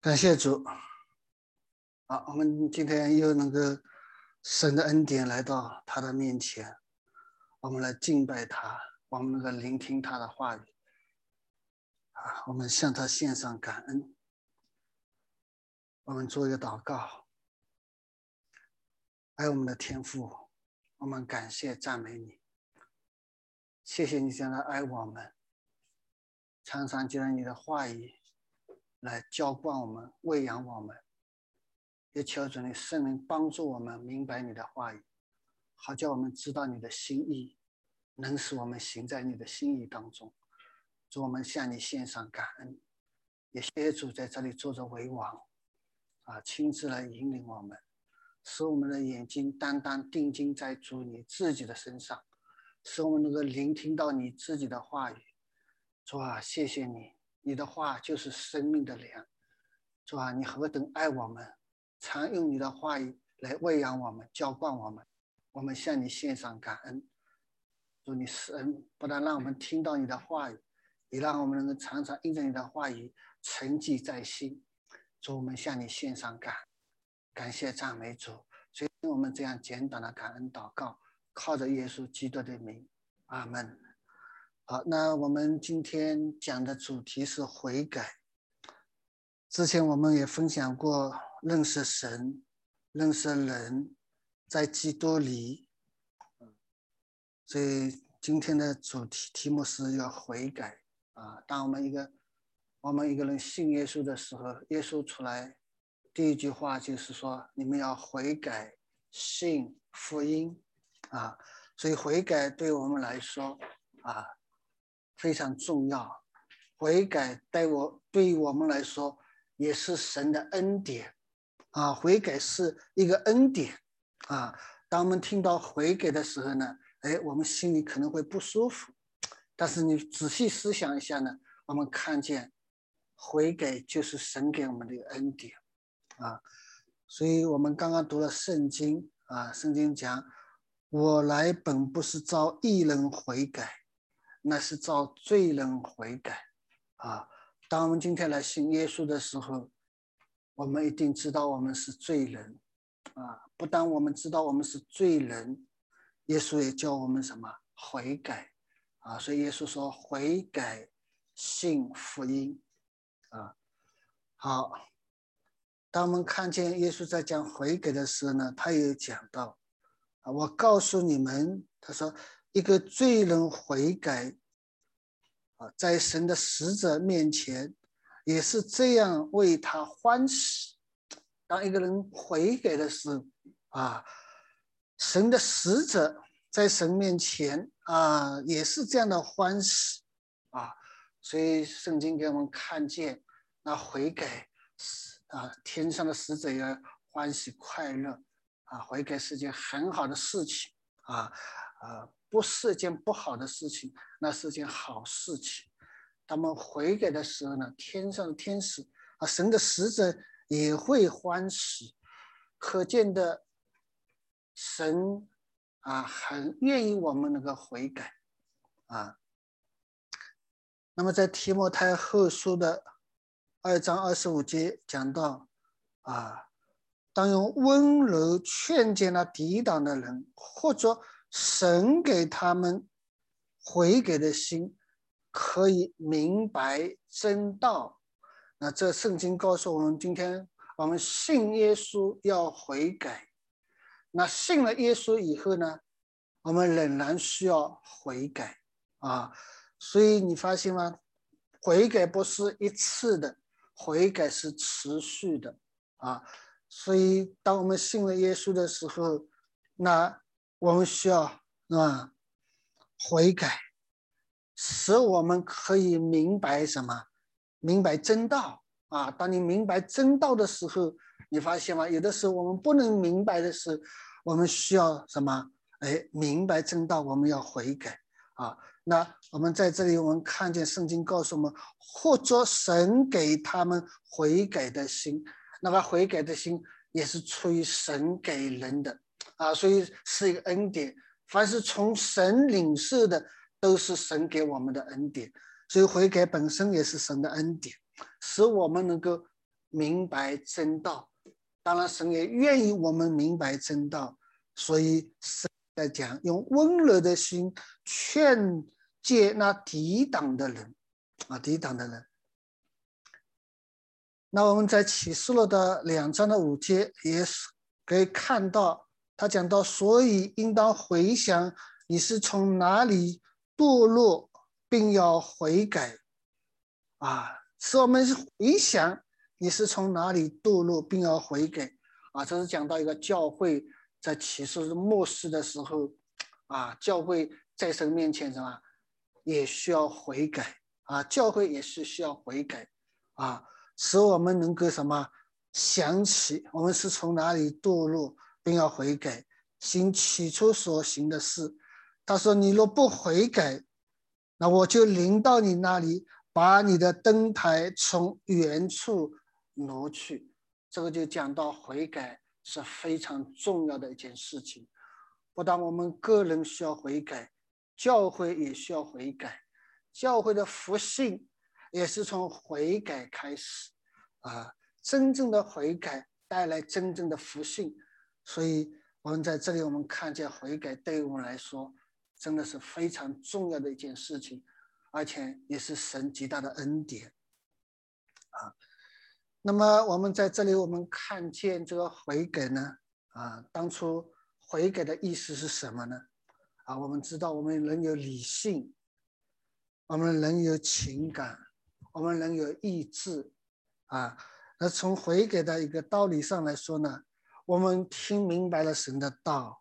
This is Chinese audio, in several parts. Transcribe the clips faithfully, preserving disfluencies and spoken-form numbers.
感谢主。好，我们今天又能够神的恩典来到他的面前，我们来敬拜他，我们能够聆听他的话语啊，我们向他献上感恩。我们做一个祷告。爱我们的天父，我们感谢赞美你，谢谢你这样的爱我们，常常就让你的话语来浇灌我们，喂养我们，也求主你圣灵帮助我们明白你的话语，好叫我们知道你的心意，能使我们行在你的心意当中。主，我们向你献上感恩，也谢谢主在这里坐着为王啊，亲自来引领我们，使我们的眼睛单单定睛在主你自己的身上，使我们能够聆听到你自己的话语。主啊，谢谢你，你的话就是生命的粮。主啊，你何等爱我们，常用你的话语来喂养我们，浇灌我们。我们向你献上感恩。主，你施恩，不但让我们听到你的话语，也让我们能够常常印着你的话语沉记在心。主，我们向你献上感恩，感谢赞美主。所以我们这样简短的感恩祷告，靠着耶稣基督的名，阿们。好，那我们今天讲的主题是悔改。之前我们也分享过认识神、认识人，在基督里。所以今天的主题题目是要悔改啊！当我们一个我们一个人信耶稣的时候，耶稣出来第一句话就是说：你们要悔改，信福音啊！所以悔改对我们来说啊非常重要。悔改对我对于我们来说也是神的恩典啊！悔改是一个恩典啊！当我们听到悔改的时候呢，哎，我们心里可能会不舒服，但是你仔细思想一下呢，我们看见悔改就是神给我们的一个恩典啊！所以我们刚刚读了圣经啊，圣经讲，我来本不是召义人悔改，那是召罪人悔改啊！当我们今天来信耶稣的时候，我们一定知道我们是罪人啊！不但我们知道我们是罪人，耶稣也叫我们什么悔改啊！所以耶稣说悔改信福音啊。好，当我们看见耶稣在讲悔改的时候呢，他也讲到啊，我告诉你们，他说一个罪人悔改啊，在神的使者面前也是这样为他欢喜。当一个人悔改的时候啊，神的使者在神面前啊，也是这样的欢喜啊。所以圣经给我们看见，那悔改啊，天上的使者也欢喜快乐啊，悔改是件很好的事情啊啊，不是件不好的事情，那是件好事情。他们悔改的时候呢，天上的天使啊，神的使者也会欢喜，可见的神啊，很愿意我们能够悔改啊。那么在提摩太后书的二章二十五节讲到啊，当用温柔劝诫那抵挡的人，或者神给他们悔改的心，可以明白真道。那这圣经告诉我们，今天我们信耶稣要悔改，那信了耶稣以后呢，我们仍然需要悔改啊。所以你发现吗？悔改不是一次的，悔改是持续的啊。所以当我们信了耶稣的时候，那我们需要啊悔改，使我们可以明白什么？明白真道啊！当你明白真道的时候，你发现吗？有的时候我们不能明白的是，我们需要什么？哎，明白真道，我们要悔改啊！那我们在这里，我们看见圣经告诉我们，或者神给他们悔改的心，那么悔改的心也是出于神给人的啊，所以是一个恩典。凡是从神领受的，都是神给我们的恩典。所以悔改本身也是神的恩典，使我们能够明白真道。当然，神也愿意我们明白真道，所以神在讲，用温柔的心劝诫那抵挡的人啊，抵挡的人。那我们在启示录的两章的五节也是可以看到，他讲到，所以应当回想你是从哪里堕落，并要悔改啊，使我们回想你是从哪里堕落，并要悔改啊。这是讲到一个教会在启示末世的时候啊，教会在神面前什么也需要悔改啊，教会也是需要悔改啊，使我们能够什么想起我们是从哪里堕落，并要悔改，行起初所行的事。他说，你若不悔改，那我就临到你那里，把你的灯台从原处挪去。这个就讲到悔改是非常重要的一件事情，不但我们个人需要悔改，教会也需要悔改，教会的复兴也是从悔改开始啊，真正的悔改带来真正的复兴。所以我们在这里我们看见悔改对于我们来说真的是非常重要的一件事情，而且也是神极大的恩典啊。那么我们在这里我们看见这个悔改呢啊，当初悔改的意思是什么呢？啊，我们知道我们人有理性，我们人有情感，我们人有意志啊。那从悔改的一个道理上来说呢，我们听明白了神的道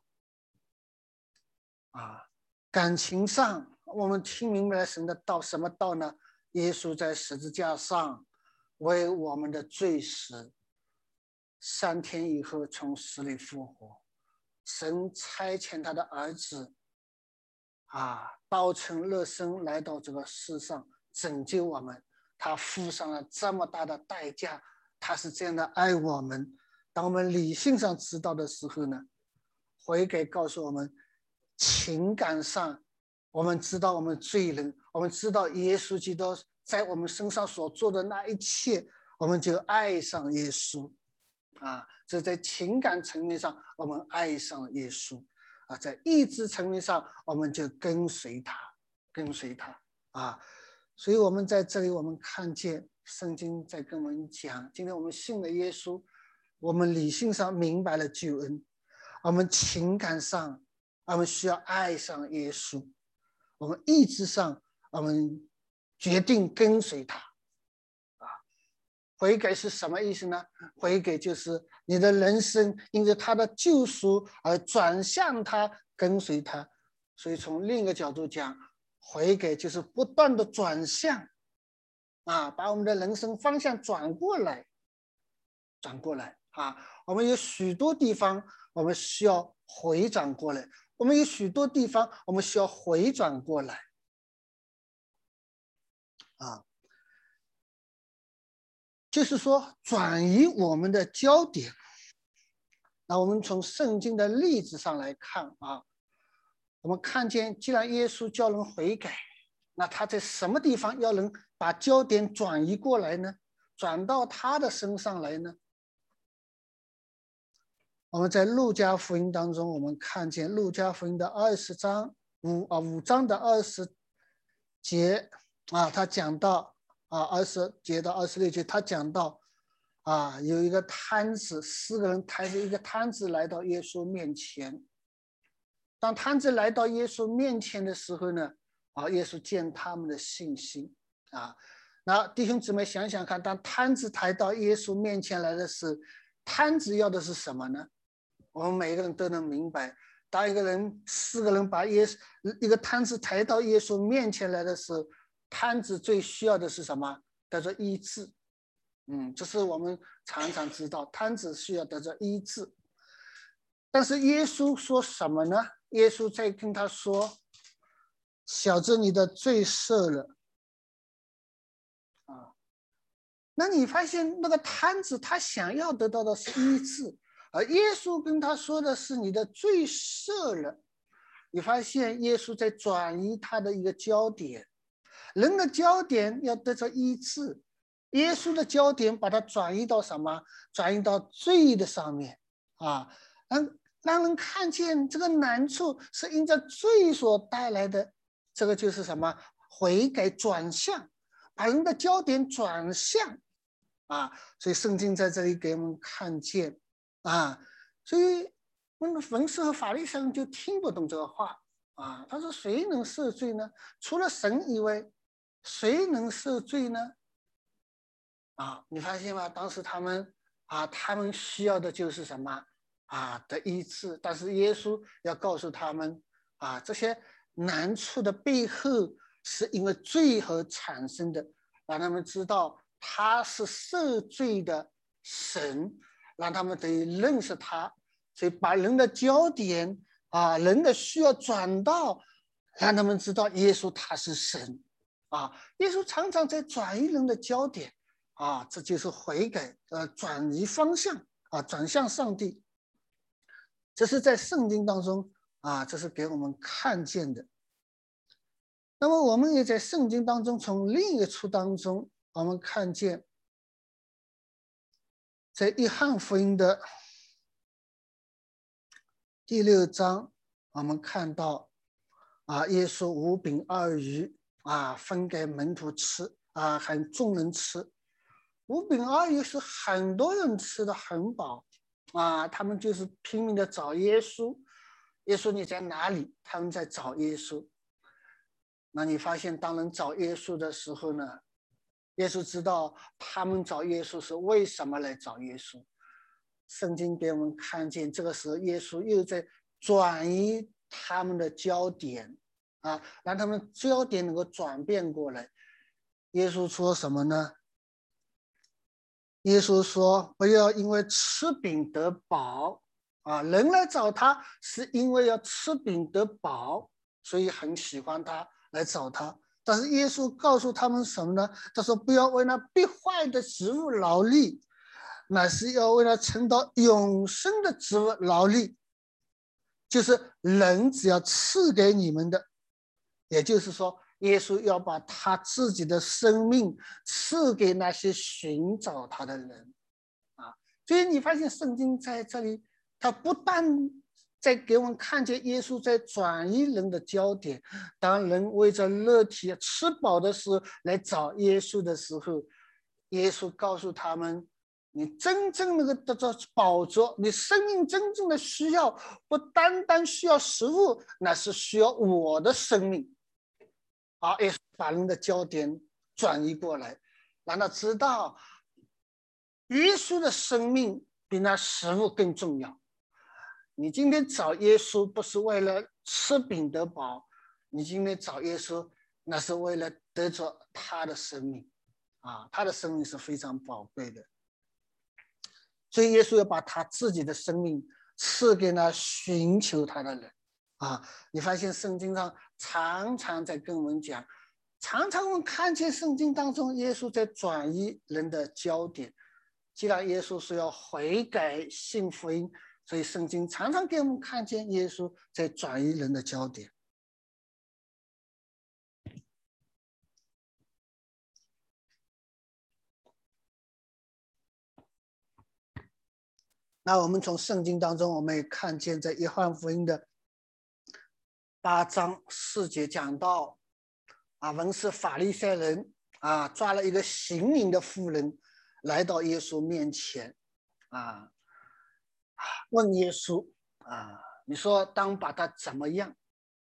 啊，感情上我们听明白了神的道，什么道呢？耶稣在十字架上为我们的罪死，三天以后从死里复活，神差遣他的儿子啊，道成肉身来到这个世上拯救我们，他付上了这么大的代价，他是这样的爱我们。当我们理性上知道的时候呢，悔改告诉我们，情感上我们知道我们罪人，我们知道耶稣基督在我们身上所做的那一切，我们就爱上耶稣啊。这在情感层面上我们爱上耶稣啊，在意志层面上我们就跟随他跟随他啊。所以我们在这里我们看见圣经在跟我们讲，今天我们信了耶稣，我们理性上明白了救恩，我们情感上我们需要爱上耶稣，我们意志上我们决定跟随他啊。悔改是什么意思呢？悔改就是你的人生因着他的救赎而转向他，跟随他。所以从另一个角度讲，悔改就是不断的转向啊，把我们的人生方向转过来转过来啊。我们有许多地方我们需要回转过来，我们有许多地方我们需要回转过来啊，就是说转移我们的焦点。那我们从圣经的例子上来看啊，我们看见既然耶稣叫人悔改，那他在什么地方要人把焦点转移过来呢？转到他的身上来呢？我们在路加福音当中，我们看见路加福音的二十章五啊五章的二十节啊，他讲到啊二十节到二十六节，他讲到啊有一个摊子，四个人抬着一个摊子来到耶稣面前。当摊子来到耶稣面前的时候呢，啊耶稣见他们的信心啊。那弟兄姊妹想想看，当摊子抬到耶稣面前来的时候，摊子要的是什么呢？我们每个人都能明白，当一个人四个人把耶稣一个摊子抬到耶稣面前来的时候，摊子最需要的是什么？叫做医治。嗯，这是我们常常知道，摊子需要得到医治。但是耶稣说什么呢？耶稣在跟他说：“小子，你的罪赦了。”啊，那你发现那个摊子他想要得到的是医治。而耶稣跟他说的是你的罪赦了，你发现耶稣在转移他的一个焦点，人的焦点要得到医治， 耶稣的焦点把它转移到什么？转移到罪的上面啊，让让人看见这个难处是因着罪所带来的，这个就是什么？悔改转向，把人的焦点转向啊。所以圣经在这里给我们看见啊，所以我们文士和法利赛人就听不懂这个话啊。他说：“谁能赦罪呢？除了神以外，谁能赦罪呢？”啊，你发现吗？当时他们啊，他们需要的就是什么啊？的医治。但是耶稣要告诉他们啊，这些难处的背后是因为罪而产生的，让他们知道他是赦罪的神，让他们得以认识他。所以把人的焦点啊，人的需要转到，让他们知道耶稣他是神啊。耶稣常常在转移人的焦点。啊，这就是悔改，呃，转移方向啊，转向上帝。这是在圣经当中啊，这是给我们看见的。那么我们也在圣经当中，从另一处当中，我们看见，在约翰福音的第六章，我们看到啊，耶稣五饼二鱼啊，分给门徒吃啊，喊众人吃。五饼二鱼是很多人吃的很饱啊，他们就是拼命的找耶稣。耶稣你在哪里？他们在找耶稣。那你发现当人找耶稣的时候呢，耶稣知道他们找耶稣是为什么来找耶稣。圣经给我们看见，这个时候耶稣又在转移他们的焦点啊，让他们焦点能够转变过来。耶稣说什么呢？耶稣说：“不要因为吃饼得饱啊！人来找他是因为要吃饼得饱，所以很喜欢他来找他。但是耶稣告诉他们什么呢？他说：不要为那必坏的食物劳力，乃是要为那存到永生的植物劳力。就是人只要赐给你们的，也就是说。”耶稣要把他自己的生命赐给那些寻找他的人啊，所以你发现圣经在这里，他不但在给我们看见耶稣在转移人的焦点，当人为着肉体吃饱的时候来找耶稣的时候，耶稣告诉他们，你真正那个得到饱足，你生命真正的需要不单单需要食物，那是需要我的生命。啊，也把人的焦点转移过来，让他知道耶稣的生命比那食物更重要。你今天找耶稣不是为了吃饼得饱，你今天找耶稣那是为了得着他的生命啊，他的生命是非常宝贵的。所以耶稣要把他自己的生命赐给那寻求他的人啊。你发现圣经上常常在跟我们讲，常常我们看见圣经当中耶稣在转移人的焦点。既然耶稣是要悔改信福音，所以圣经常常给我们看见耶稣在转移人的焦点。那我们从圣经当中，我们也看见在约翰福音的八章四节讲到，啊，文士法利赛人啊抓了一个行淫的妇人，来到耶稣面前，啊，问耶稣啊，你说当把他怎么样？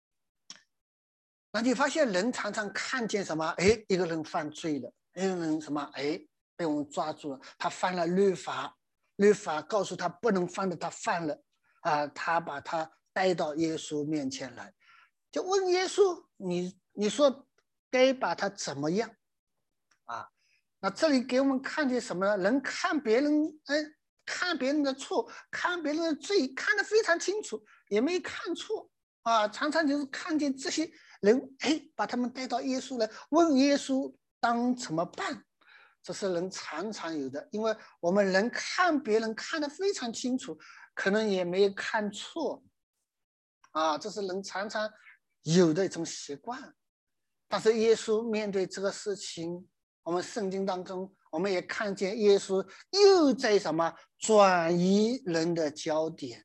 那你发现人常常看见什么？哎，一个人犯罪了，一个人什么？哎，被我们抓住了，他犯了律法，律法告诉他不能犯的，他犯了，啊，他把他带到耶稣面前来，就问耶稣，你你说该把他怎么样？啊，那这里给我们看见什么呢？人看别人，哎，看别人的错，看别人的罪，看得非常清楚，也没看错啊，常常就是看见这些。人哎，把他们带到耶稣来，问耶稣当怎么办？这是人常常有的，因为我们人看别人看得非常清楚，可能也没有看错啊，这是人常常有的一种习惯。但是耶稣面对这个事情我们圣经当中，我们也看见耶稣又在什么转移人的焦点。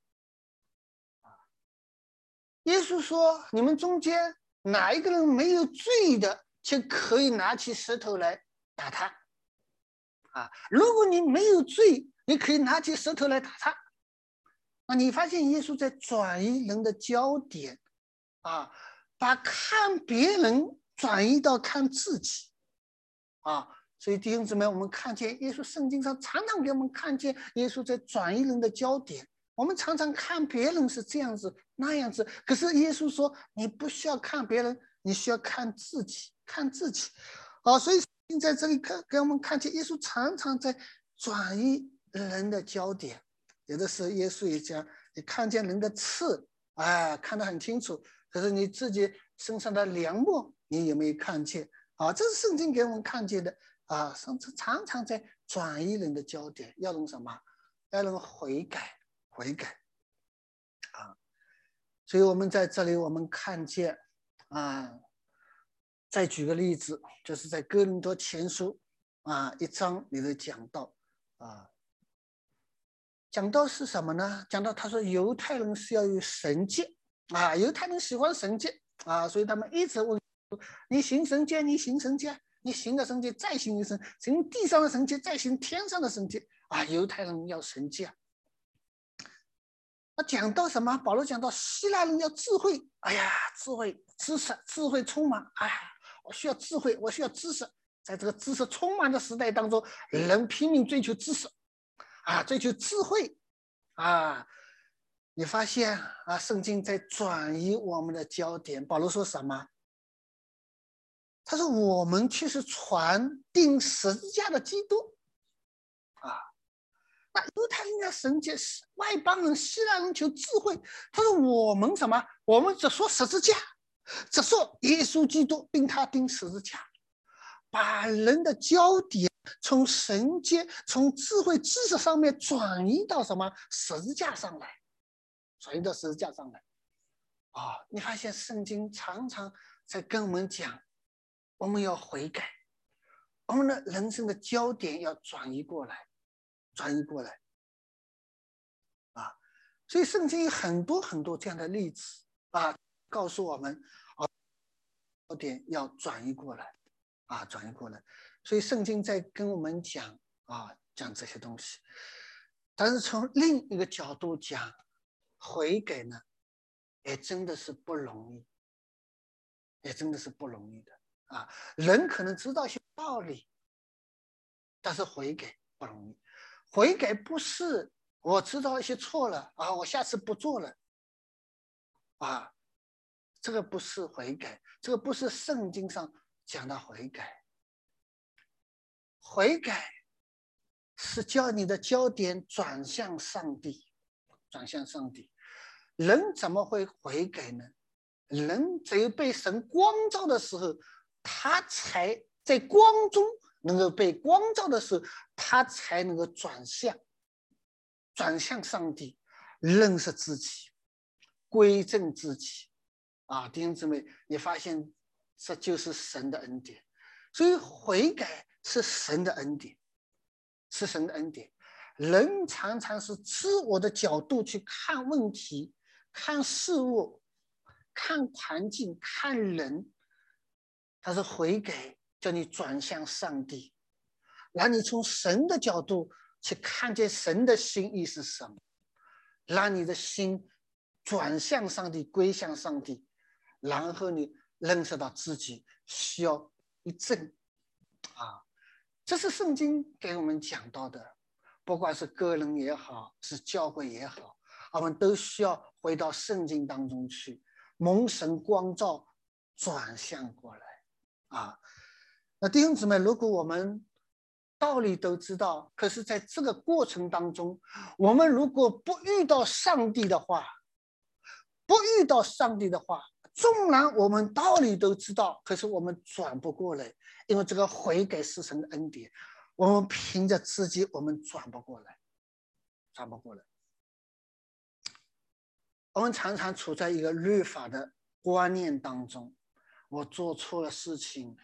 耶稣说：“你们中间哪一个人没有罪的，就可以拿起石头来打他。啊，如果你没有罪，你可以拿起石头来打他。”啊，你发现耶稣在转移人的焦点，啊，把看别人转移到看自己，啊，所以弟兄姊妹，我们看见耶稣圣经上常常给我们看见耶稣在转移人的焦点。我们常常看别人是这样子那样子，可是耶稣说你不需要看别人，你需要看自己，看自己。啊，所以在这里看给我们看见耶稣常常在转移人的焦点。有的时候耶稣也讲，你看见人的刺，哎，看得很清楚，可是你自己身上的梁木你有没有看见？啊，这是圣经给我们看见的啊，常常常在转移人的焦点，要人什么？要人悔改。悔改啊，所以我们在这里我们看见啊，再举个例子，就是在哥林多前书啊一章里头讲到啊，讲到是什么呢？讲到他说犹太人是要有神迹啊，犹太人喜欢神迹啊，所以他们一直问你行神迹，你行神迹，你行的神迹再行一神，行地上的神迹再行天上的神迹啊，犹太人要神迹啊。那讲到什么？保罗讲到希腊人要智慧，哎呀，智慧、知识、智慧充满，哎，我需要智慧，我需要知识。在这个知识充满的时代当中，人拼命追求知识，啊，追求智慧，啊，你发现啊，圣经在转移我们的焦点。保罗说什么？他说我们却是传钉十字架的基督，啊。那犹太人的神迹，外邦人、希腊人求智慧。他说：“我们什么？我们只说十字架，只说耶稣基督，并他钉十字架，把人的焦点从神迹、从智慧、知识上面转移到什么十字架上来，转移到十字架上来。啊、哦，你发现圣经常常在跟我们讲，我们要悔改，我们的人生的焦点要转移过来。”转移过来，啊，所以圣经有很多很多这样的例子啊，告诉我们啊，焦点要转移过来，啊，转移过来。所以圣经在跟我们讲啊，讲这些东西。但是从另一个角度讲，悔改呢，也真的是不容易，也真的是不容易的啊。人可能知道一些道理，但是悔改不容易。悔改不是我知道一些错了啊，我下次不做了啊，这个不是悔改，这个不是圣经上讲的悔改。悔改是叫你的焦点转向上帝，转向上帝。人怎么会悔改呢？人只有被神光照的时候，他才在光中能够被光照的时候，他才能够转向，转向上帝，认识自己，归正自己。啊，弟兄姊妹，你发现这就是神的恩典。所以悔改是神的恩典，是神的恩典。人常常是自我的角度去看问题、看事物、看环境、看人，但是悔改叫你转向上帝，让你从神的角度去看见神的心意是什么，让你的心转向上帝，归向上帝，然后你认识到自己需要一正啊，这是圣经给我们讲到的。不管是个人也好，是教会也好，我们都需要回到圣经当中去，蒙神光照，转向过来啊。那弟兄姊妹，如果我们道理都知道，可是在这个过程当中，我们如果不遇到上帝的话，不遇到上帝的话，纵然我们道理都知道，可是我们转不过来，因为这个悔改是神的恩典，我们凭着自己我们转不过来，转不过来。我们常常处在一个律法的观念当中，我做错了事情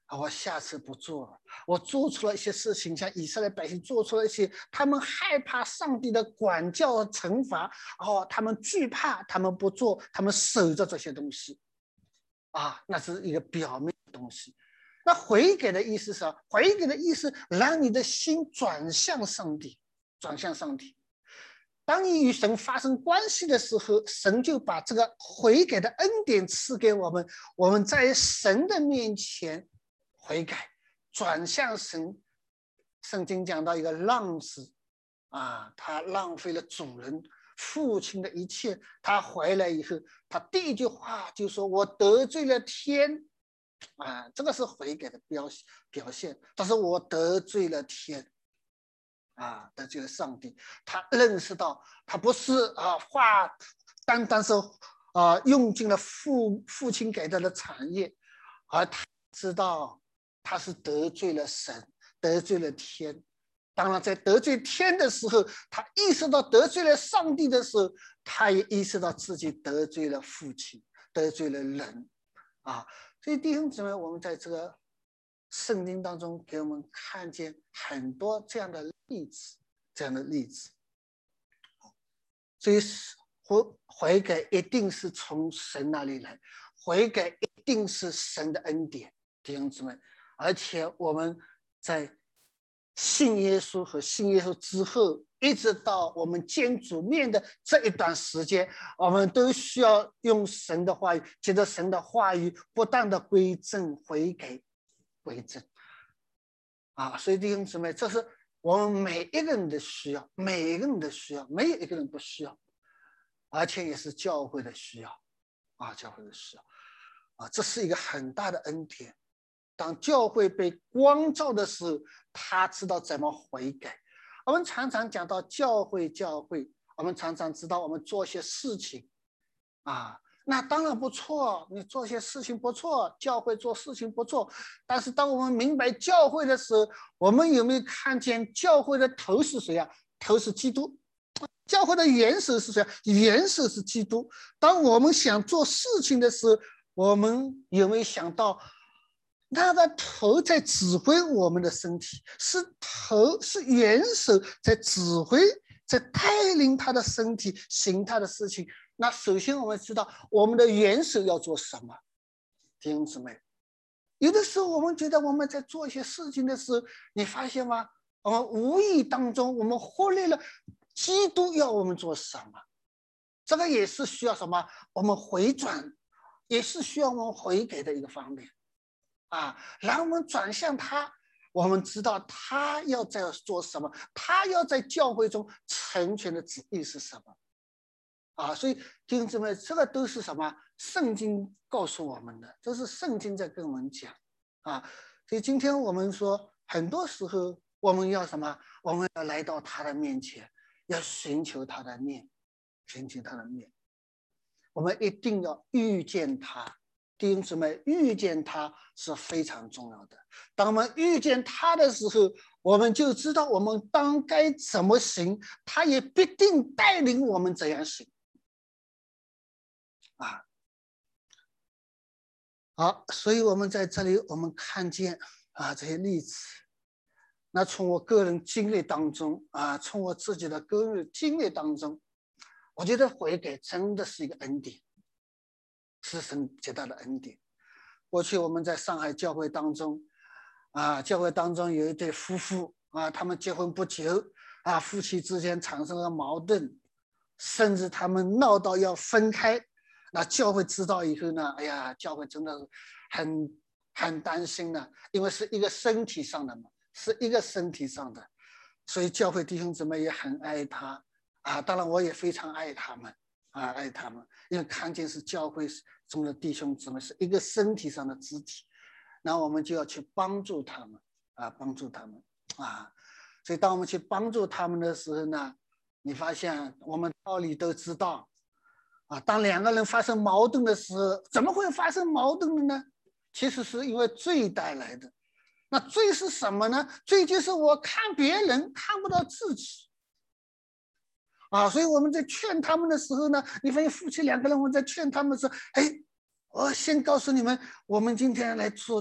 啊，我下次不做了。我做出了一些事情，像以色列百姓做出了一些，他们害怕上帝的管教和惩罚，哦，他们惧怕，他们不做，他们守着这些东西，啊，那是一个表面的东西。那悔改的意思是啥？悔改的意思让你的心转向上帝，转向上帝。当你与神发生关系的时候，神就把这个悔改的恩典赐给我们，我们在神的面前悔改，转向神。圣经讲到一个浪子啊，他浪费了主人父亲的一切，他回来以后，他第一句话就说：“我得罪了天。”啊，这个是悔改的表表现。但是我得罪了天，啊，得罪了上帝。他认识到他不是啊，花单单是啊用尽了父父亲给他的产业，而他知道他是得罪了神，得罪了天。当然，在得罪天的时候，他意识到得罪了上帝的时候，他也意识到自己得罪了父亲，得罪了人，啊。所以弟兄姊妹，我们在这个圣经当中给我们看见很多这样的例子，这样的例子。所以悔悔改一定是从神那里来，悔改一定是神的恩典，弟兄姊妹。而且我们在信耶稣和信耶稣之后，一直到我们见主面的这一段时间，我们都需要用神的话语，借着神的话语，不断的归正、悔改、归正。啊，所以弟兄姊妹，这是我们每一个人的需要，每一个人的需要，没有一个人不需要，而且也是教会的需要，啊，教会的需要，啊，这是一个很大的恩典。当教会被光照的时候，他知道怎么悔改。我们常常讲到教会，教会，我们常常知道我们做些事情，啊，那当然不错，你做些事情不错，教会做事情不错。但是当我们明白教会的时候，我们有没有看见教会的头是谁啊？头是基督。教会的元首是谁？元首是基督。当我们想做事情的时候，我们有没有想到？他的头在指挥我们的身体，是头是元首在指挥，在带领他的身体行他的事情。那首先我们知道我们的元首要做什么，弟兄姊妹。有的时候我们觉得我们在做一些事情的时候，你发现吗？我们无意当中我们忽略了基督要我们做什么，这个也是需要什么？我们回转，也是需要我们悔改的一个方面。啊，让我们转向他，我们知道他要在做什么，他要在教会中成全的旨意是什么，啊，所以弟兄姊妹，这个都是什么？圣经告诉我们的，这是圣经在跟我们讲，啊，所以今天我们说，很多时候我们要什么？我们要来到他的面前，要寻求他的面，寻求他的面，我们一定要遇见他。弟兄姊妹，遇见他是非常重要的。当我们遇见他的时候，我们就知道我们当该怎么行，他也必定带领我们怎样行。啊，好，所以我们在这里，我们看见啊这些例子。那从我个人经历当中啊，从我自己的个人经历当中，我觉得悔改真的是一个恩典。是神极大的恩典。过去我们在上海教会当中，啊，教会当中有一对夫妇啊，他们结婚不久啊，夫妻之间产生了矛盾，甚至他们闹到要分开。那教会知道以后呢，哎呀，教会真的很很担心呢，因为是一个身体上的嘛，是一个身体上的，所以教会弟兄姊妹也很爱他啊。当然，我也非常爱他们。啊，爱他们，因为看见是教会中的弟兄姊妹是一个身体上的肢体，那我们就要去帮助他们啊，帮助他们啊。所以当我们去帮助他们的时候呢，你发现我们道理都知道啊。当两个人发生矛盾的时候，怎么会发生矛盾的呢？其实是因为罪带来的。那罪是什么呢？罪就是我看别人看不到自己。啊，所以我们在劝他们的时候呢，你发现夫妻两个人，我们在劝他们说：“哎，我先告诉你们，我们今天来做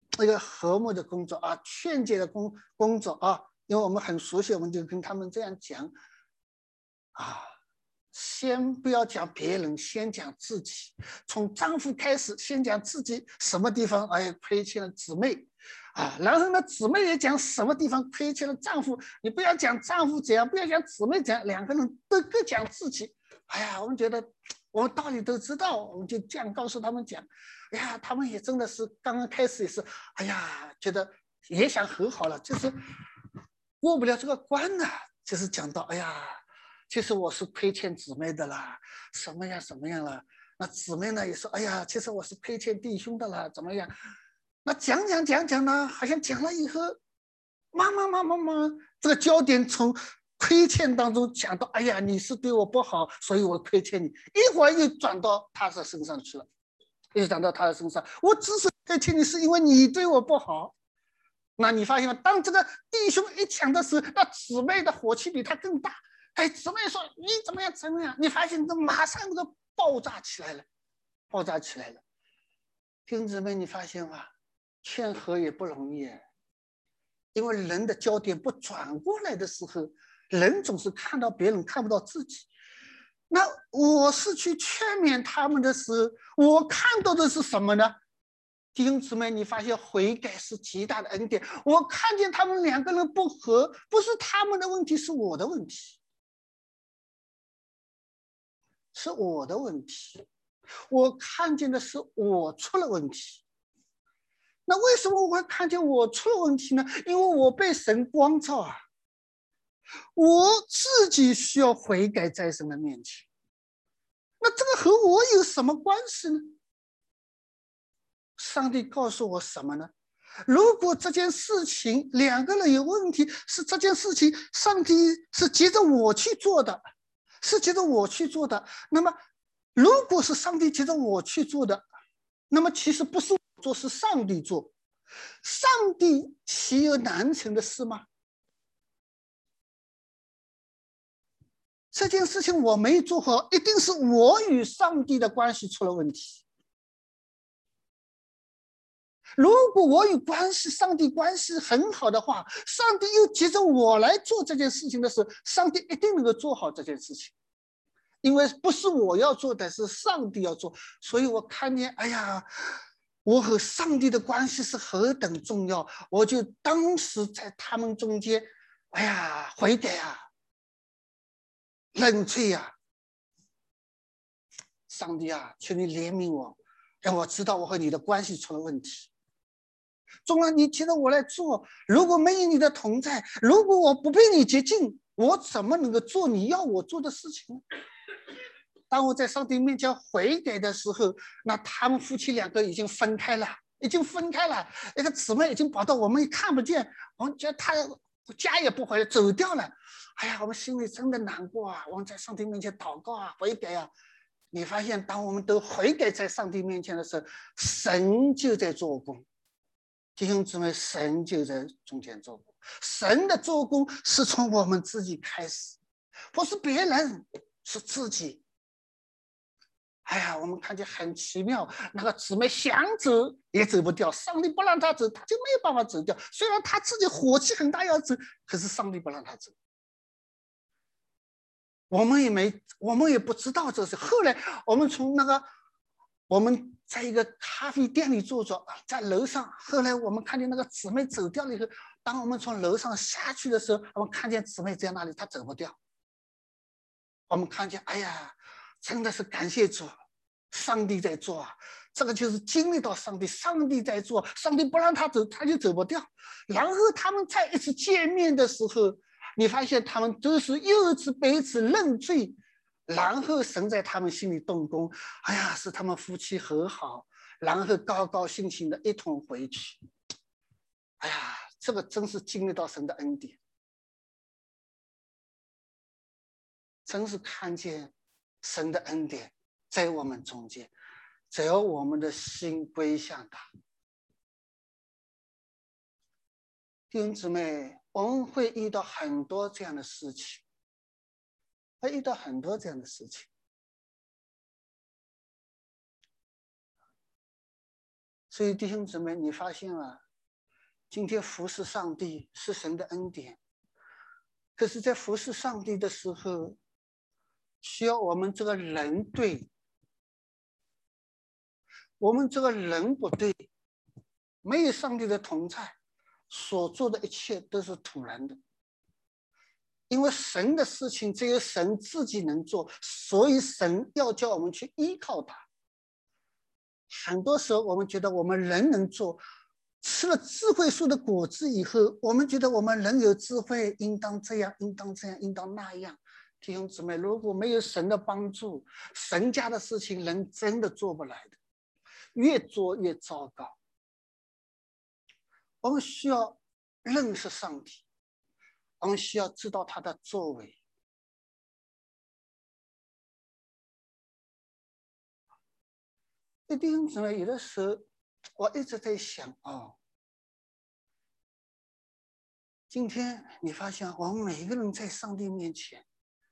一个和睦的工作啊，劝诫的工工作啊，因为我们很熟悉，我们就跟他们这样讲啊。先不要讲别人，先讲自己。从丈夫开始，先讲自己什么地方哎亏欠了姊妹，啊，然后呢，姊妹也讲什么地方亏欠了丈夫。你不要讲丈夫怎样，不要讲姊妹怎样，两个人都各讲自己。哎呀，我们觉得我们道理都知道，我们就这样告诉他们讲。哎呀，他们也真的是刚刚开始也是，哎呀，觉得也想和好了，就是过不了这个关呢、啊。就是讲到，哎呀。其实我是亏欠姊妹的啦，什么样什么样了？那姊妹呢也说，哎呀，其实我是亏欠弟兄的啦，怎么样？那讲讲讲讲呢，好像讲了以后，慢慢慢慢慢，这个焦点从亏欠当中讲到，哎呀，你是对我不好，所以我亏欠你。一会儿又转到他的身上去了，又转到他的身上，我只是亏欠你，是因为你对我不好。那你发现吗？当这个弟兄一讲的时候，那姊妹的火气比他更大。哎，姊妹说你怎么样怎么样？你发现这马上这个爆炸起来了，爆炸起来了。弟兄姊妹，你发现吗？劝和也不容易，因为人的焦点不转过来的时候，人总是看到别人，看不到自己。那我是去劝勉他们的时候，我看到的是什么呢？弟兄姊妹，你发现悔改是极大的恩典。我看见他们两个人不和，不是他们的问题，是我的问题。是我的问题，我看见的是我出了问题。那为什么我会看见我出了问题呢？因为我被神光照啊，我自己需要悔改在神的面前。那这个和我有什么关系呢？上帝告诉我什么呢？如果这件事情两个人有问题，是这件事情上帝是接着我去做的，是接着我去做的。那么如果是上帝接着我去做的，那么其实不是我做，是上帝做。上帝岂有难成的事吗？这件事情我没做好，一定是我与上帝的关系出了问题。如果我与关系上帝关系很好的话，上帝又接着我来做这件事情的时候，上帝一定能够做好这件事情。因为不是我要做的，是上帝要做。所以我看见，哎呀，我和上帝的关系是何等重要，我就当时在他们中间，哎呀，悔改啊，认罪啊，上帝啊，求你怜悯我，让我知道我和你的关系出了问题。纵然你接着我来做，如果没有你的同在，如果我不被你接近，我怎么能够做你要我做的事情呢？当我在上帝面前悔改的时候，那他们夫妻两个已经分开了，已经分开了。那个姊妹已经跑到我们也看不见，我们觉得他家也不回来，走掉了。哎呀，我们心里真的难过啊！我们在上帝面前祷告啊，悔改啊。你发现，当我们都悔改在上帝面前的时候，神就在做工。弟兄姊妹，神就在中间做工。神的做工是从我们自己开始，不是别人，是自己。哎呀，我们看见很奇妙，那个姊妹想走也走不掉，上帝不让她走，她就没有办法走掉。虽然她自己火气很大要走，可是上帝不让她走。我们也没，我们也不知道这是。后来我们从那个我们在一个咖啡店里坐着，在楼上。后来我们看见那个姊妹走掉了以后，当我们从楼上下去的时候，我们看见姊妹在那里，她走不掉。我们看见，哎呀，真的是感谢主，上帝在做啊！这个就是经历到上帝，上帝在做，上帝不让他走，他就走不掉。然后他们再一次见面的时候，你发现他们都是又一次彼此认罪，然后神在他们心里动工，哎呀，使他们夫妻和好，然后高高兴兴的一同回去。哎呀，这个真是经历到神的恩典，真是看见神的恩典在我们中间，只要我们的心归向他。弟兄姊妹，我们会遇到很多这样的事情，会遇到很多这样的事情。 所以弟兄姊妹，你发现了，今天服侍上帝是神的恩典，可是，在服侍上帝的时候，需要我们这个人对，我们这个人不对，没有上帝的同在，所做的一切都是徒然的。因为神的事情只有神自己能做，所以神要叫我们去依靠他。很多时候我们觉得我们人能做，吃了智慧树的果子以后，我们觉得我们人有智慧，应当这样，应当这样，应当那样。弟兄姊妹，如果没有神的帮助，神家的事情人真的做不来的，越做越糟糕。我们需要认识上帝，我们需要知道他的作为。弟兄姊妹，有的时候我一直在想哦，今天你发现我们每一个人在上帝面前，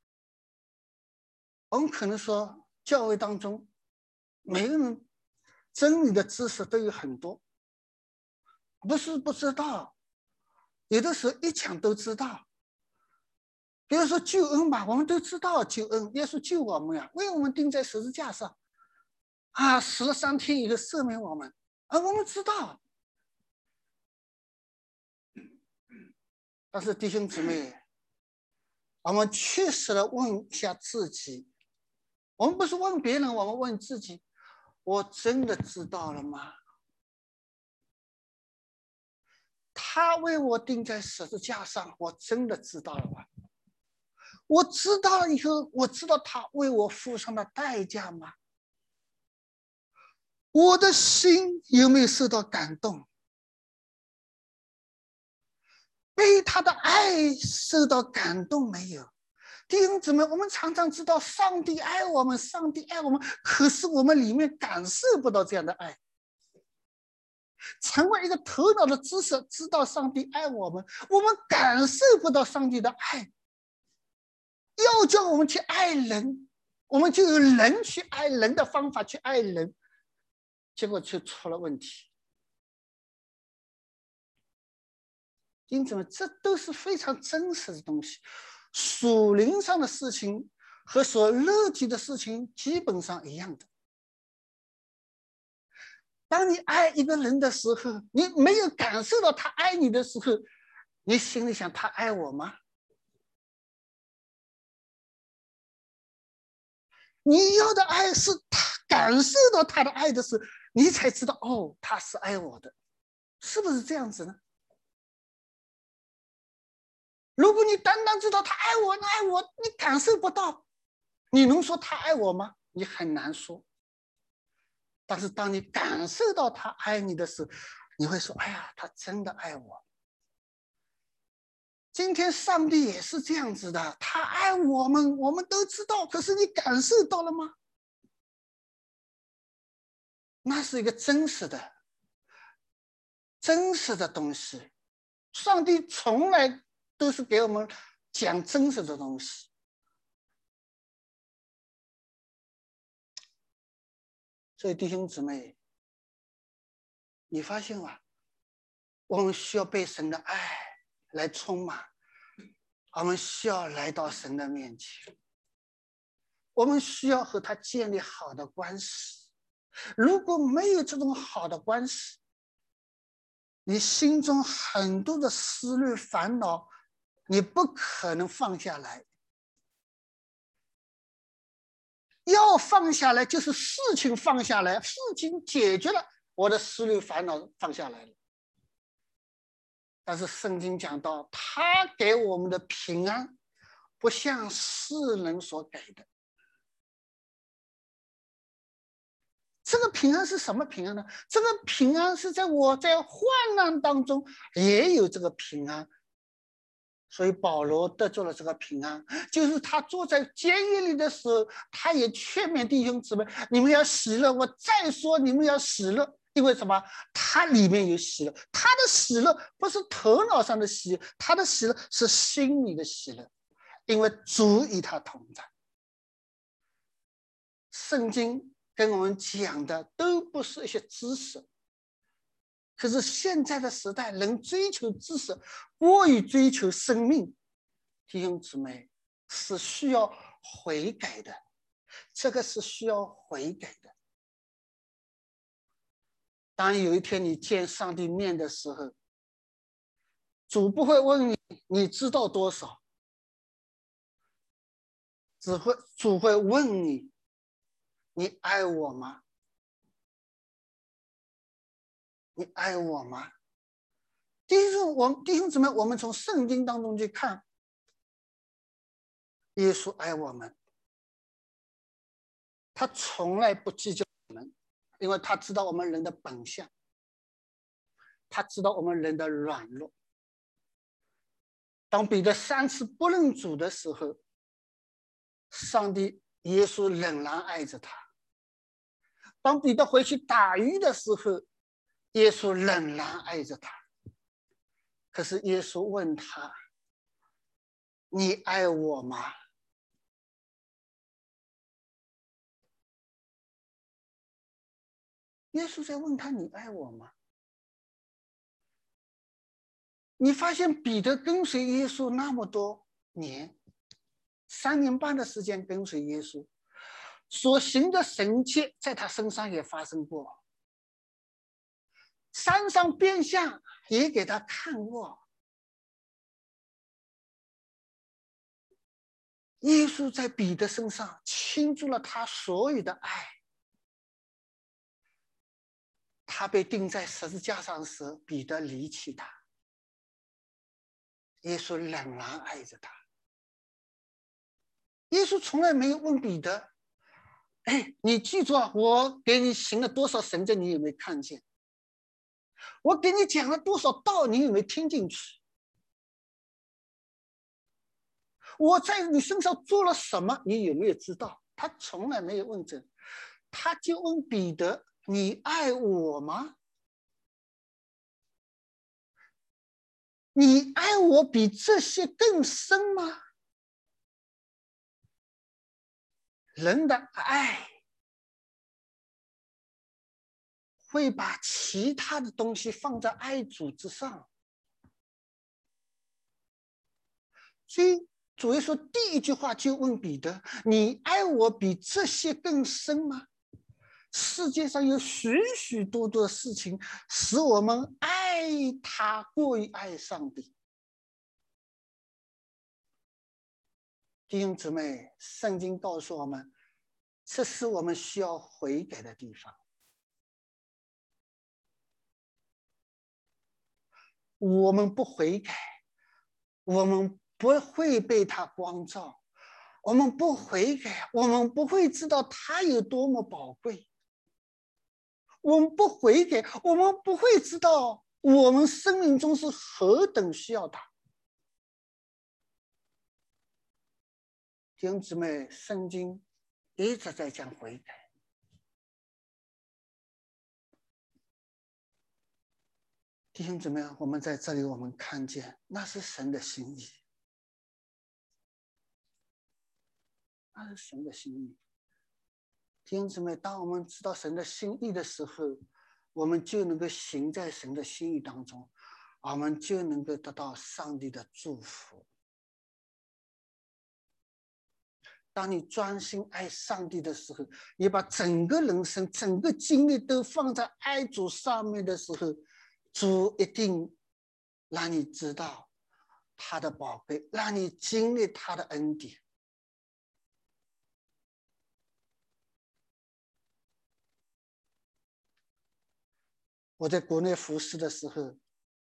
我们可能说教会当中每个人真理的知识都有很多，不是不知道，有的时候一讲都知道。比如说救恩吧，我们都知道救恩，耶稣救我们呀，为我们钉在十字架上啊，死了三天以后赦免我们啊，我们知道。但是弟兄姊妹，我们确实的问一下自己，我们不是问别人，我们问自己，我真的知道了吗？他为我钉在十字架上，我真的知道了吗？我知道了以后，我知道他为我付上的代价吗？我的心有没有受到感动？被他的爱受到感动没有？弟兄姊妹，我们常常知道上帝爱我们，上帝爱我们，可是我们里面感受不到这样的爱。成为一个头脑的知识，知道上帝爱我们，我们感受不到上帝的爱。要叫我们去爱人，我们就有人去爱人的方法去爱人，结果却出了问题。因此，这都是非常真实的东西。属灵上的事情和所肉体的事情基本上一样的。当你爱一个人的时候，你没有感受到他爱你的时候，你心里想他爱我吗？你要的爱是他感受到他的爱的时候，你才知道哦，他是爱我的，是不是这样子呢？如果你单单知道他爱我，爱我，你感受不到，你能说他爱我吗？你很难说。但是当你感受到他爱你的时候，你会说：“哎呀，他真的爱我。”今天上帝也是这样子的，他爱我们，我们都知道，可是你感受到了吗？那是一个真实的、真实的东西。上帝从来都是给我们讲真实的东西。所以弟兄姊妹，你发现吗？我们需要被神的爱来充满，我们需要来到神的面前，我们需要和他建立好的关系。如果没有这种好的关系，你心中很多的思虑烦恼，你不可能放下来。要放下来，就是事情放下来，事情解决了，我的思虑烦恼放下来了。但是圣经讲到，他给我们的平安，不像世人所给的。这个平安是什么平安呢？这个平安是在我在患难当中也有这个平安。所以保罗得着了这个平安，就是他坐在监狱里的时候，他也劝勉弟兄姊妹：你们要喜乐。我再说，你们要喜乐，因为什么？他里面有喜乐，他的喜乐不是头脑上的喜乐，他的喜乐是心里的喜乐，因为主与他同在。圣经跟我们讲的都不是一些知识， 可是现在的时代，人追求知识，过于追求生命，弟兄姊妹是需要悔改的，这个是需要悔改的。当有一天你见上帝面的时候，主不会问你你知道多少，只会主会问你，你爱我吗？你爱我吗？弟兄，我们弟兄姊妹，我们从圣经当中去看，耶稣爱我们，他从来不计较我们，因为他知道我们人的本相，他知道我们人的软弱。当彼得三次不认主的时候，上帝耶稣仍然爱着他。当彼得回去打鱼的时候，耶稣仍然爱着他。可是耶稣问他：你爱我吗？耶稣在问他：你爱我吗？你发现彼得跟随耶稣那么多年，三年半的时间跟随耶稣，所行的神迹在他身上也发生过，山上变相也给他看过。耶稣在彼得身上倾注了他所有的爱。他被钉在十字架上时，彼得离弃他，耶稣仍然爱着他。耶稣从来没有问彼得：哎，你记住啊，我给你行了多少神迹，你有没有看见？我给你讲了多少道，你有没有听进去？我在你身上做了什么，你有没有知道？他从来没有问这，他就问彼得：你爱我吗？你爱我比这些更深吗？人的爱会把其他的东西放在爱主之上，所以主耶稣第一句话就问彼得：你爱我比这些更深吗？世界上有许许多多的事情使我们爱他过于爱上帝。弟兄姊妹，圣经告诉我们，这是我们需要悔改的地方。我们不悔改，我们不会被他光照，我们不悔改，我们不会知道他有多么宝贵。我们不悔改，我们不会知道我们生命中是何等需要他。弟兄姊妹，圣经一直在讲悔改。弟兄姊妹，我们在这里，我们看见那是神的心意，那是神的心意。弟兄姊妹，当我们知道神的心意的时候，我们就能够行在神的心意当中，我们就能够得到上帝的祝福。当你专心爱上帝的时候，你把整个人生、整个精力都放在爱主上面的时候，主一定让你知道他的宝贝，让你经历他的恩典。我在国内服侍的时候，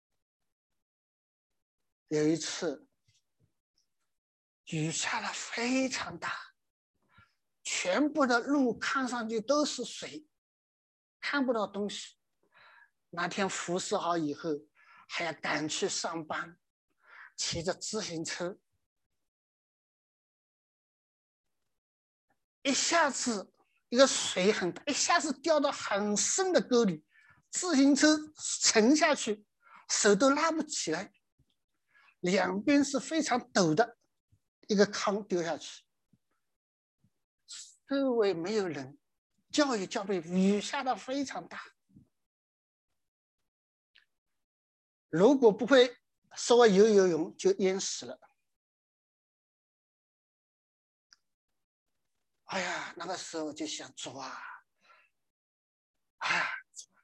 有一次雨下的非常大，全部的路看上去都是水，看不到东西。那天服侍好以后，还要赶去上班，骑着自行车，一下子一个水很大，一下子掉到很深的沟里，自行车沉下去，手都拉不起来，两边是非常陡的一个坑丢下去，周围没有人，叫也叫不，雨下的非常大。 如果不会稍微游游泳，就淹死了。哎呀，那个时候就想主啊，哎呀，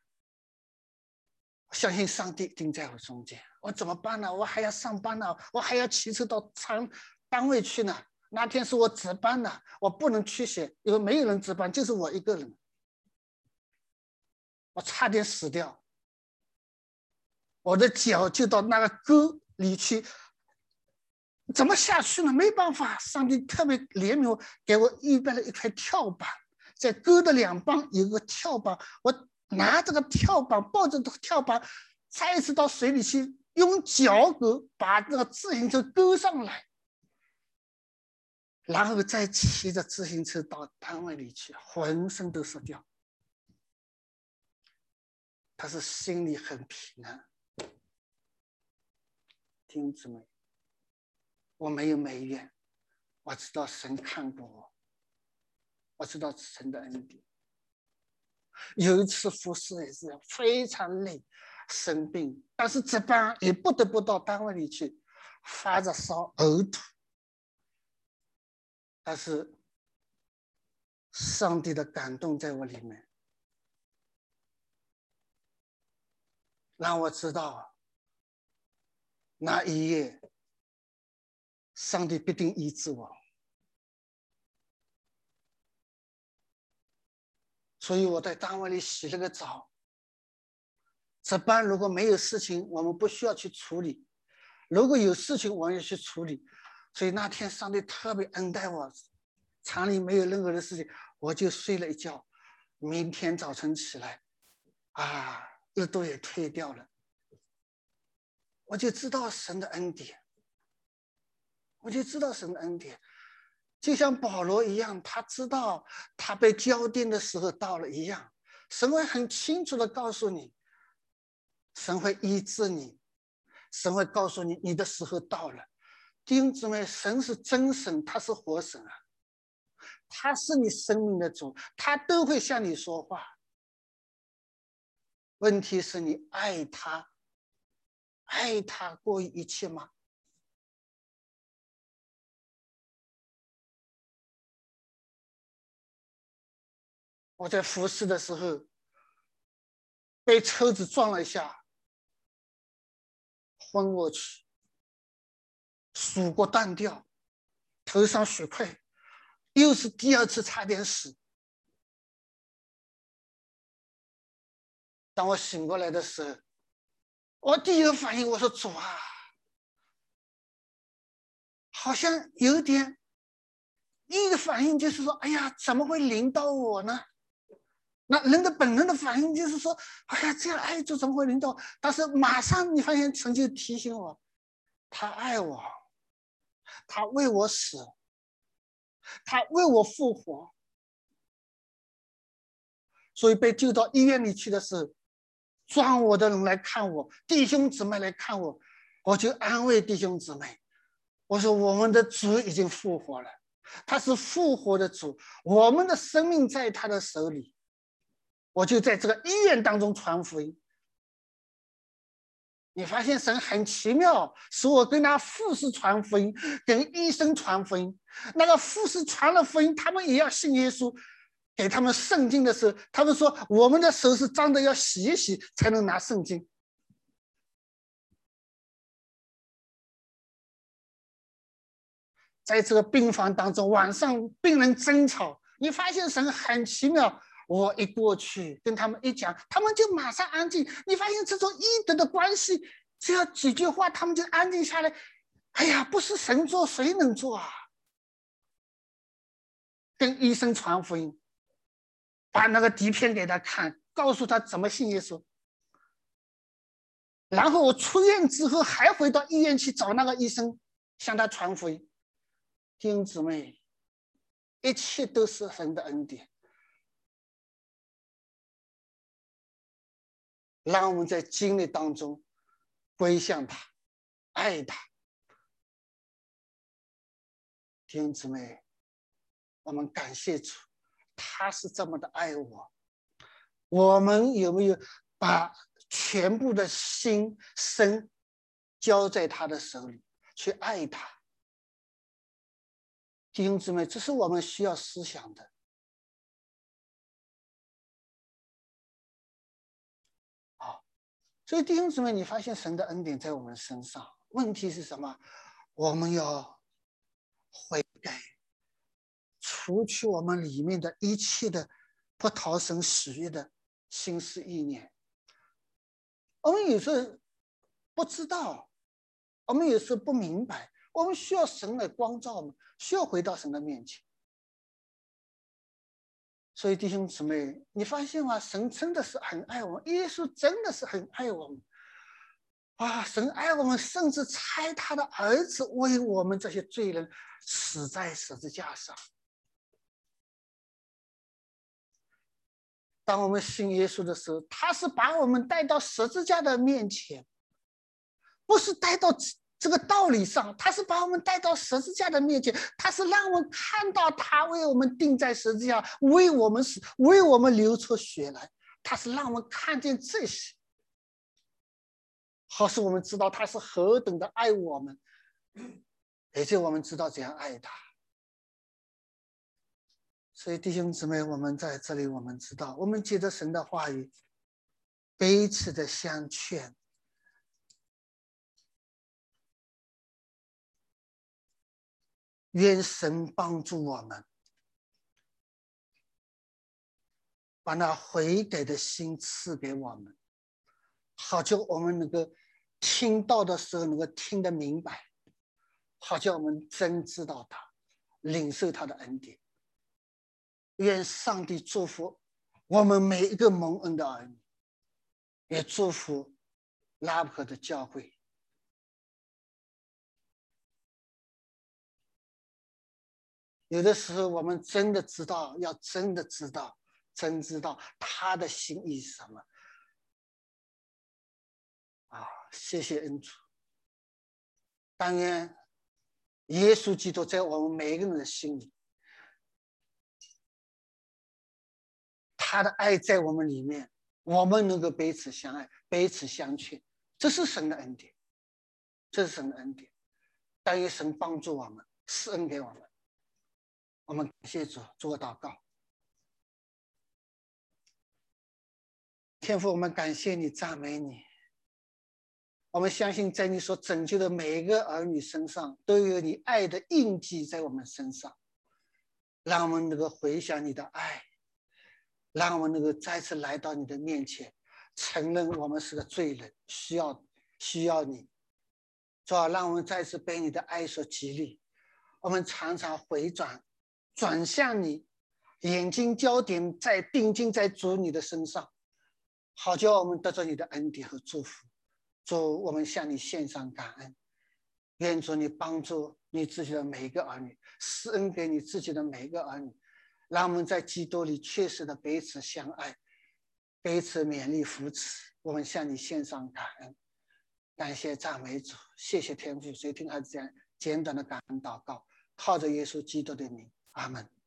我相信上帝一定在我中间，我怎么办呢？我还要上班呢，我还要骑车到厂单位去呢。那天是我值班呢，我不能缺席，因为没有人值班，就是我一个人。我差点死掉，我的脚就到那个沟里去，怎么下去呢？没办法，上帝特别怜悯我，给我预备了一块跳板，在沟的两旁有个跳板，我拿这个跳板，抱着这个跳板，再一次到水里去，用脚勾把这个自行车勾上来，然后再骑着自行车到单位里去，浑身都是掉。他是心里很平安。弟兄姊妹，我没有埋怨，我知道神看过我，我知道神的恩典。有一次服侍也是非常累，生病，但是值班也不得不到单位里去，发着烧，呕吐。但是上帝的感动在我里面，让我知道那一夜上帝必定医治我。所以我在单位里洗了个澡。值班如果没有事情，我们不需要去处理；如果有事情，我们要去处理。所以那天上帝特别恩待我，厂里没有任何的事情，我就睡了一觉。明天早晨起来，啊，日头也退掉了，我就知道神的恩典，我就知道神的恩典。就像保罗一样，他知道他被交定的时候到了一样，神会很清楚的告诉你，神会医治你，神会告诉你你的时候到了。弟兄姊妹，神是真神，他是活神啊，他是你生命的主，他都会向你说话。问题是你爱他，爱他过于一切吗？我在服侍的时候被车子撞了一下，昏过去，数过断掉，头上血块，又是第二次差点死。当我醒过来的时候，我第一个反应，我说主啊，好像有点，一个反应就是说，哎呀，怎么会临到我呢？那人的本能的反应就是说，哎呀，这样爱主怎么会临到？但是马上你发现神就提醒我，他爱我，他为我死，他为我复活。所以被救到医院里去的时候，撞我的人来看我，弟兄姊妹来看我，我就安慰弟兄姊妹，我说我们的主已经复活了，他是复活的主，我们的生命在他的手里。我就在这个医院当中传福音。你发现神很奇妙，使我跟他护士传福音，跟医生传福音。那个护士传了福音，他们也要信耶稣。给他们圣经的时候，他们说我们的手是脏的，要洗一洗才能拿圣经。在这个病房当中，晚上病人争吵，你发现神很奇妙。我一过去跟他们一讲，他们就马上安静。你发现这种医德的关系，只要几句话，他们就安静下来。哎呀，不是神做，谁能做啊？跟医生传福音，把那个底片给他看，告诉他怎么信耶稣。然后我出院之后，还回到医院去找那个医生，向他传福音。弟兄姊妹，一切都是神的恩典。让我们在经历当中归向他，爱他。弟兄姊妹，我们感谢主，他是这么的爱我。我们有没有把全部的心身交在他的手里，去爱他。弟兄姊妹，这是我们需要思想的。好，所以弟兄姊妹，你发现神的恩典在我们身上，问题是什么？我们要悔改，除去我们里面的一切的不讨神喜悦的心思意念。我们有时候不知道，我们有时候不明白，我们需要神来光照我们，需要回到神的面前。所以弟兄姊妹，你发现吗？神真的是很爱我们，耶稣真的是很爱我们啊！神爱我们，甚至差他的儿子为我们这些罪人死在十字架上。当我们信耶稣的时候，他是把我们带到十字架的面前，不是带到这个道理上，他是把我们带到十字架的面前，他是让我们看到他为我们钉在十字架，为我们死，为我们流出血来，他是让我们看见这些，好使我们知道他是何等的爱我们，而且我们知道怎样爱他。所以弟兄姊妹，我们在这里，我们知道，我们借着神的话语彼此的相劝，愿神帮助我们，把那悔改的心赐给我们，好叫我们能够听到的时候能够听得明白，好叫我们真知道他，领受他的恩典。愿上帝祝福我们每一个蒙恩的儿女，也祝福拉普的教会。有的时候我们真的知道，要真的知道，真知道他的心意是什么啊！谢谢恩主。但愿耶稣基督在我们每一个人的心里，他的爱在我们里面，我们能够彼此相爱，彼此相劝，这是神的恩典，这是神的恩典。但愿神帮助我们，施恩给我们。我们感谢主，做个祷告。天父，我们感谢你，赞美你。我们相信，在你所拯救的每一个儿女身上，都有你爱的印记在我们身上，让我们能够回想你的爱，让我们能够再次来到你的面前，承认我们是个罪人，需要需要你。主啊，让我们再次被你的爱所激励，我们常常回转，转向你，眼睛焦点在定睛在主你的身上，好叫我们得着你的恩典和祝福。主，我们向你献上感恩，愿主你帮助你自己的每一个儿女，施恩给你自己的每一个儿女，让我们在基督里确实的彼此相爱，彼此勉励扶持。我们向你献上感恩，感谢赞美主，谢谢天父。谁听孩子这样简短的感恩祷告，靠着耶稣基督的名，阿们。